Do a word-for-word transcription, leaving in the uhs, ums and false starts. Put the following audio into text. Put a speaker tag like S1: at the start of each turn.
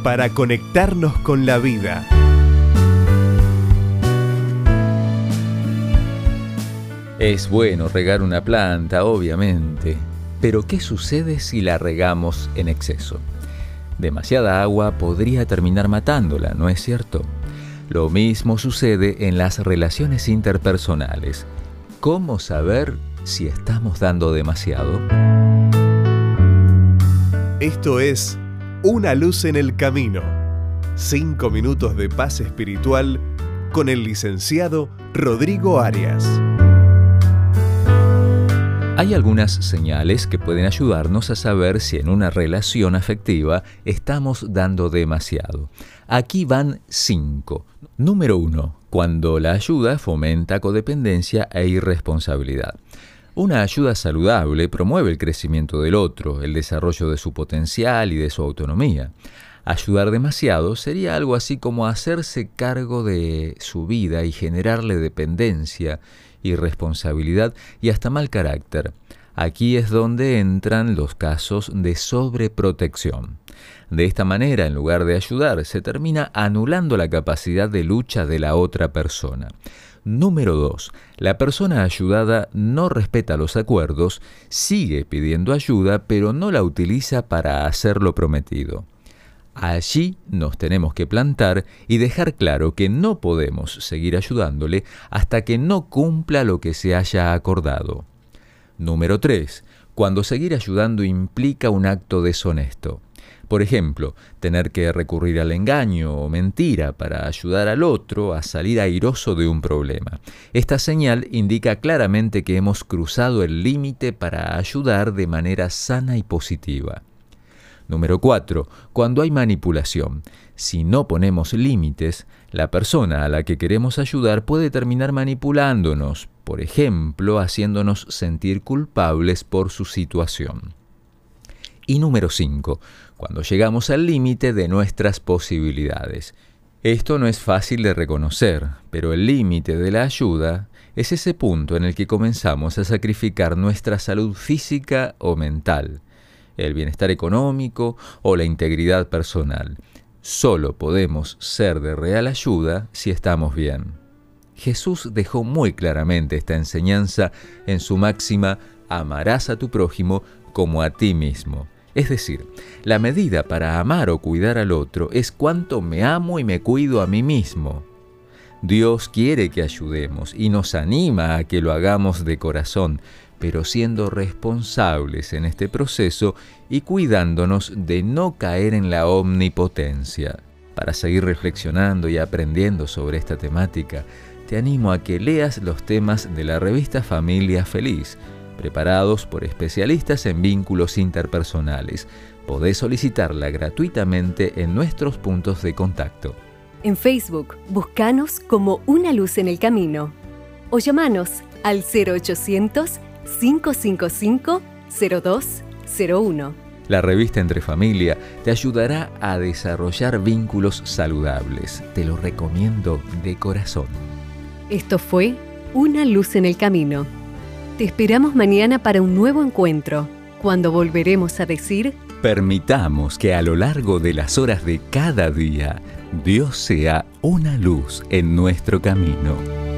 S1: para conectarnos con la vida.
S2: Es bueno regar una planta, obviamente, pero ¿qué sucede si la regamos en exceso? Demasiada agua podría terminar matándola, ¿no es cierto? Lo mismo sucede en las relaciones interpersonales. ¿Cómo saber si estamos dando demasiado?
S1: Esto es Una luz en el camino. Cinco minutos de paz espiritual con el licenciado Rodrigo Arias.
S2: Hay algunas señales que pueden ayudarnos a saber si en una relación afectiva estamos dando demasiado. Aquí van cinco. Número uno. Cuando la ayuda fomenta codependencia e irresponsabilidad. Una ayuda saludable promueve el crecimiento del otro, el desarrollo de su potencial y de su autonomía. Ayudar demasiado sería algo así como hacerse cargo de su vida y generarle dependencia, irresponsabilidad y hasta mal carácter. Aquí es donde entran los casos de sobreprotección. De esta manera, en lugar de ayudar, se termina anulando la capacidad de lucha de la otra persona. Número dos. La persona ayudada no respeta los acuerdos, sigue pidiendo ayuda, pero no la utiliza para hacer lo prometido. Allí nos tenemos que plantar y dejar claro que no podemos seguir ayudándole hasta que no cumpla lo que se haya acordado. Número tres. Cuando seguir ayudando implica un acto deshonesto. Por ejemplo, tener que recurrir al engaño o mentira para ayudar al otro a salir airoso de un problema. Esta señal indica claramente que hemos cruzado el límite para ayudar de manera sana y positiva. Número cuatro. Cuando hay manipulación. Si no ponemos límites, la persona a la que queremos ayudar puede terminar manipulándonos, por ejemplo, haciéndonos sentir culpables por su situación. Y número cinco. Cuando llegamos al límite de nuestras posibilidades. Esto no es fácil de reconocer, pero el límite de la ayuda es ese punto en el que comenzamos a sacrificar nuestra salud física o mental, el bienestar económico o la integridad personal. Solo podemos ser de real ayuda si estamos bien. Jesús dejó muy claramente esta enseñanza en su máxima: amarás a tu prójimo como a ti mismo. Es decir, la medida para amar o cuidar al otro es cuánto me amo y me cuido a mí mismo. Dios quiere que ayudemos y nos anima a que lo hagamos de corazón, pero siendo responsables en este proceso y cuidándonos de no caer en la omnipotencia. Para seguir reflexionando y aprendiendo sobre esta temática, te animo a que leas los temas de la revista Familia Feliz, preparados por especialistas en vínculos interpersonales. Podés solicitarla gratuitamente en nuestros puntos de contacto.
S3: En Facebook, búscanos como Una Luz en el Camino o llamanos al cero ochocientos, cinco cinco cinco, cero dos cero uno.
S2: La revista Entre Familia te ayudará a desarrollar vínculos saludables. Te lo recomiendo de corazón.
S3: Esto fue Una Luz en el Camino. Te esperamos mañana para un nuevo encuentro, cuando volveremos a decir:
S2: permitamos que a lo largo de las horas de cada día, Dios sea una luz en nuestro camino.